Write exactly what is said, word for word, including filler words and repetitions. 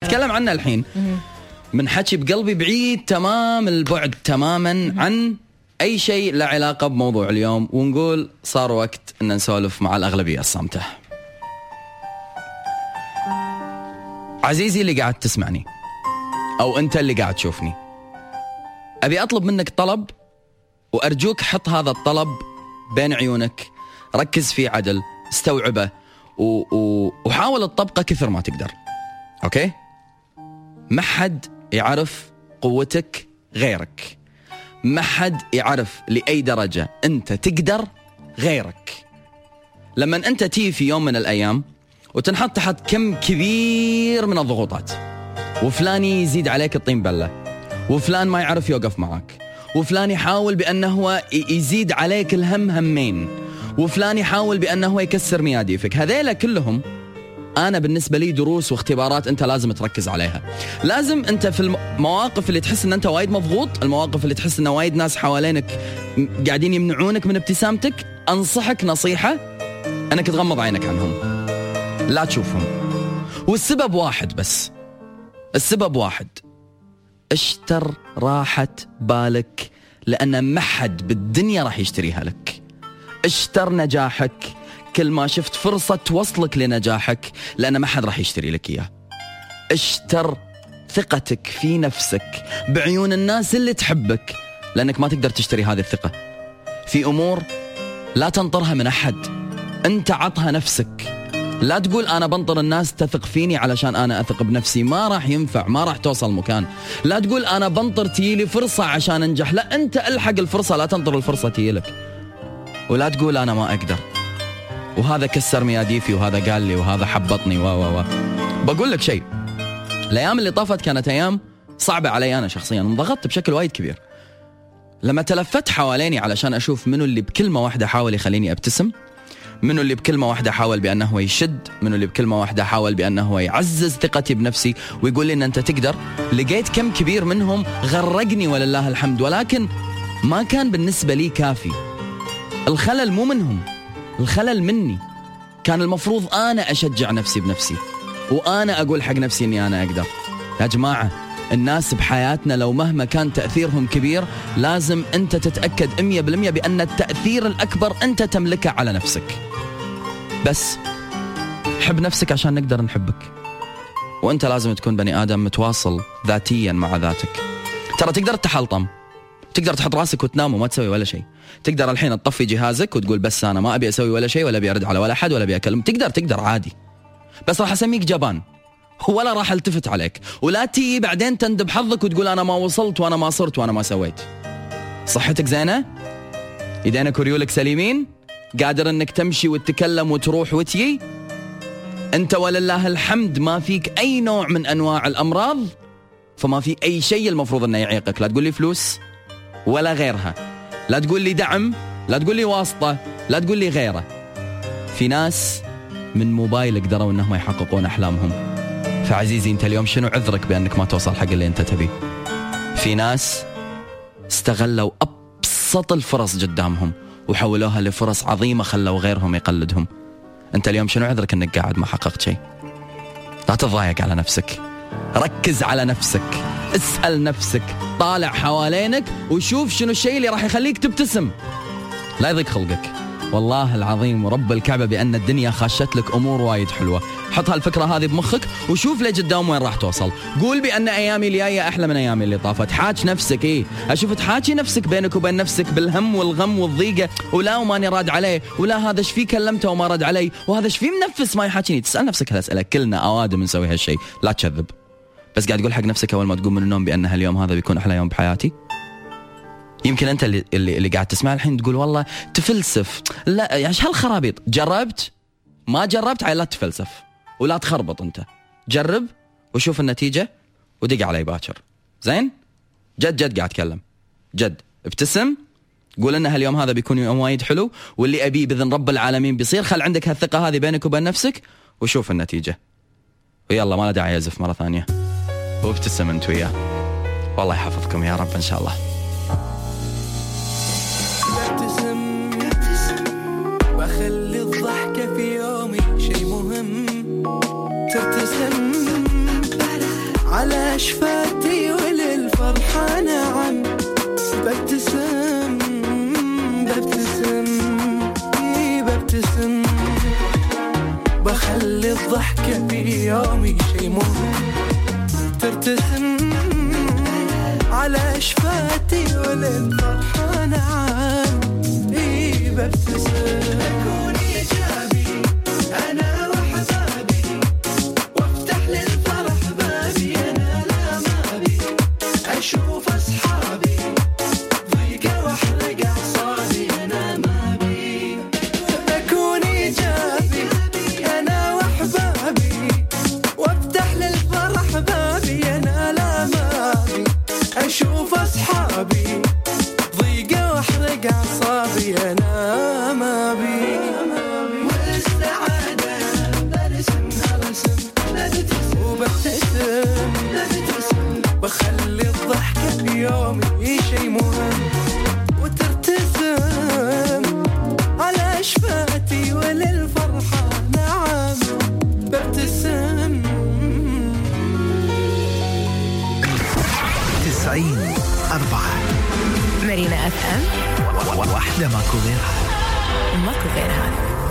نتكلم عنه الحين من حكي بقلبي بعيد تمام البعد تماما عن أي شيء له علاقة بموضوع اليوم، ونقول صار وقت أن نسولف مع الأغلبية الصامتة. عزيزي اللي قاعد تسمعني أو أنت اللي قاعد تشوفني، أبي أطلب منك طلب، وأرجوك حط هذا الطلب بين عيونك، ركز فيه عدل، استوعبه و... و... وحاول تطبقه كثر ما تقدر. أوكي؟ ما حد يعرف قوتك غيرك، ما حد يعرف لأي درجة أنت تقدر غيرك. لما أنت تي في يوم من الأيام وتنحط تحت كم كبير من الضغوطات، وفلان يزيد عليك الطين بلة، وفلان ما يعرف يوقف معك، وفلان يحاول بأنه هو يزيد عليك الهم همين، وفلان يحاول بأنه هو يكسر مياديفك، هذيلا كلهم أنا بالنسبة لي دروس واختبارات أنت لازم تركز عليها. لازم أنت في المواقف اللي تحس أن أنت وايد مضغوط، المواقف اللي تحس أن وايد ناس حوالينك قاعدين يمنعونك من ابتسامتك، أنصحك نصيحة أنك تغمض عينك عنهم، لا تشوفهم. والسبب واحد بس، السبب واحد، اشتر راحة بالك، لأن ما حد بالدنيا راح يشتريها لك. اشتر نجاحك، كل ما شفت فرصة توصلك لنجاحك، لأن ما حد راح يشتري لك إياه. اشتر ثقتك في نفسك بعيون الناس اللي تحبك، لأنك ما تقدر تشتري هذه الثقة. في أمور لا تنطرها من أحد، أنت عطها نفسك. لا تقول أنا بنطر الناس تثق فيني علشان أنا أثق بنفسي، ما راح ينفع، ما راح توصل مكان. لا تقول أنا بنطر تيلي فرصة عشان أنجح، لا، أنت ألحق الفرصة، لا تنطر الفرصة تيلك. ولا تقول أنا ما أقدر، وهذا كسر مياديفي، وهذا قال لي، وهذا حبطني و و و بقول لك شيء، الأيام اللي طافت كانت أيام صعبة علي أنا شخصيا، انضغطت بشكل وايد كبير. لما تلفت حواليني علشان أشوف منو اللي بكلمة واحدة حاول يخليني أبتسم، منو اللي بكلمة واحدة حاول بأنه هو يشد، منو اللي بكلمة واحدة حاول بأنه هو يعزز ثقتي بنفسي ويقول لي أن أنت تقدر، لقيت كم كبير منهم غرقني ولله الحمد، ولكن ما كان بالنسبة لي كافي. الخلل مو منهم، الخلل مني. كان المفروض أنا أشجع نفسي بنفسي، وأنا أقول حق نفسي أني أنا أقدر. يا جماعة، الناس بحياتنا لو مهما كان تأثيرهم كبير، لازم أنت تتأكد مية بالمية بأن التأثير الأكبر أنت تملكه على نفسك. بس حب نفسك عشان نقدر نحبك. وأنت لازم تكون بني آدم متواصل ذاتيا مع ذاتك. ترى تقدر تحلطم، تقدر تحط راسك وتنام وما تسوي ولا شيء. تقدر الحين تطفي جهازك وتقول بس أنا ما أبي أسوي ولا شيء، ولا أبي أرد على ولا أحد، ولا أبي أكلم. تقدر تقدر عادي، بس راح أسميك جبان، ولا راح التفت عليك. ولا تي بعدين تندب حظك وتقول أنا ما وصلت وأنا ما صرت وأنا ما سويت. صحتك زينة، يدينك وريولك سليمين، قادر أنك تمشي وتتكلم وتروح وتيجي، أنت ولله الحمد ما فيك أي نوع من أنواع الأمراض، فما في أي شيء المفروض أنه يعيقك. لا تقول لي فلوس ولا غيرها، لا تقول لي دعم، لا تقول لي واسطة، لا تقول لي غيره. في ناس من موبايل قدروا أنهم يحققون أحلامهم. فعزيزي، أنت اليوم شنو عذرك بأنك ما توصل حق اللي أنت تبيه؟ في ناس استغلوا أبسط الفرص قدامهم وحولوها لفرص عظيمة، خلوا غيرهم يقلدهم. أنت اليوم شنو عذرك أنك قاعد ما حققت شيء؟ لا تضايق على نفسك، ركز على نفسك، اسأل نفسك، طالع حوالينك وشوف شنو الشيء اللي راح يخليك تبتسم. لا يضيق خلقك، والله العظيم ورب الكعبة بأن الدنيا خاشت لك أمور وايد حلوة. حط هالفكرة هذه بمخك وشوف لي قدام وين راح توصل. قول بأن أيامي الجاية أحلى من أيامي اللي طافت. حاج نفسك، إيه أشوف تحاكي نفسك بينك وبين نفسك بالهم والغم والضيقة، ولا وماني راد عليه، ولا هذا شفي كلمته وما رد علي، وهذا شفي منفس ما يحاكيني. تسأل نفسك هالأسئلة، كلنا أوادم نسوي هالشيء، لا تكذب. بس قاعد تقول حق نفسك أول ما تقوم من النوم بأن هاليوم هذا بيكون أحلى يوم بحياتي. يمكن أنت اللي, اللي, اللي قاعد تسمع الحين تقول والله تفلسف، لا يعني هالخرابيط. جربت؟ ما جربت؟ عيل لا تفلسف ولا تخربط. أنت جرب وشوف النتيجة ودق علي باكر. زين؟ جد جد قاعد أتكلم جد. ابتسم، قول إن هاليوم هذا بيكون يوم وايد حلو، واللي أبيه بإذن رب العالمين بيصير. خل عندك هالثقة هذه بينك وبين نفسك وشوف النتيجة. ويلا ما له داعي يزف مرة ثانية، وابتسم أنت وياه. والله يحفظكم يا رب إن شاء الله. ابتسم وخلي الضحكة في يومي شيء مهم. تبتسم على شفاتي وللفرحة نعم ببتسم ببتسم ببتسم بخلي الضحكة بيومي شي مهم ترتسم على شفاتي وللفرحة نعم ببتسم أكون إيجابي أنا وحبابي وافتح للفرح بابي أنا لا ما بي أشوف أصحابي ضيقة واحرق أعصابي أنا ما بي أكون إيجابي أنا وحبابي وافتح للفرح بابي أنا لا ما بي أشوف أصحابي ضيقة واحرق أعصابي أنا ما بي والسعادة برسمها رسم ببتسم وببتسم ببتسم بخلي الضحكة بيومي شي مهم وترتسم على شفاتي وللفرحة نعم ببتسم. تسعين أربعة مارينا اف ام واحدة ماكو غيرها ماكو غيرها.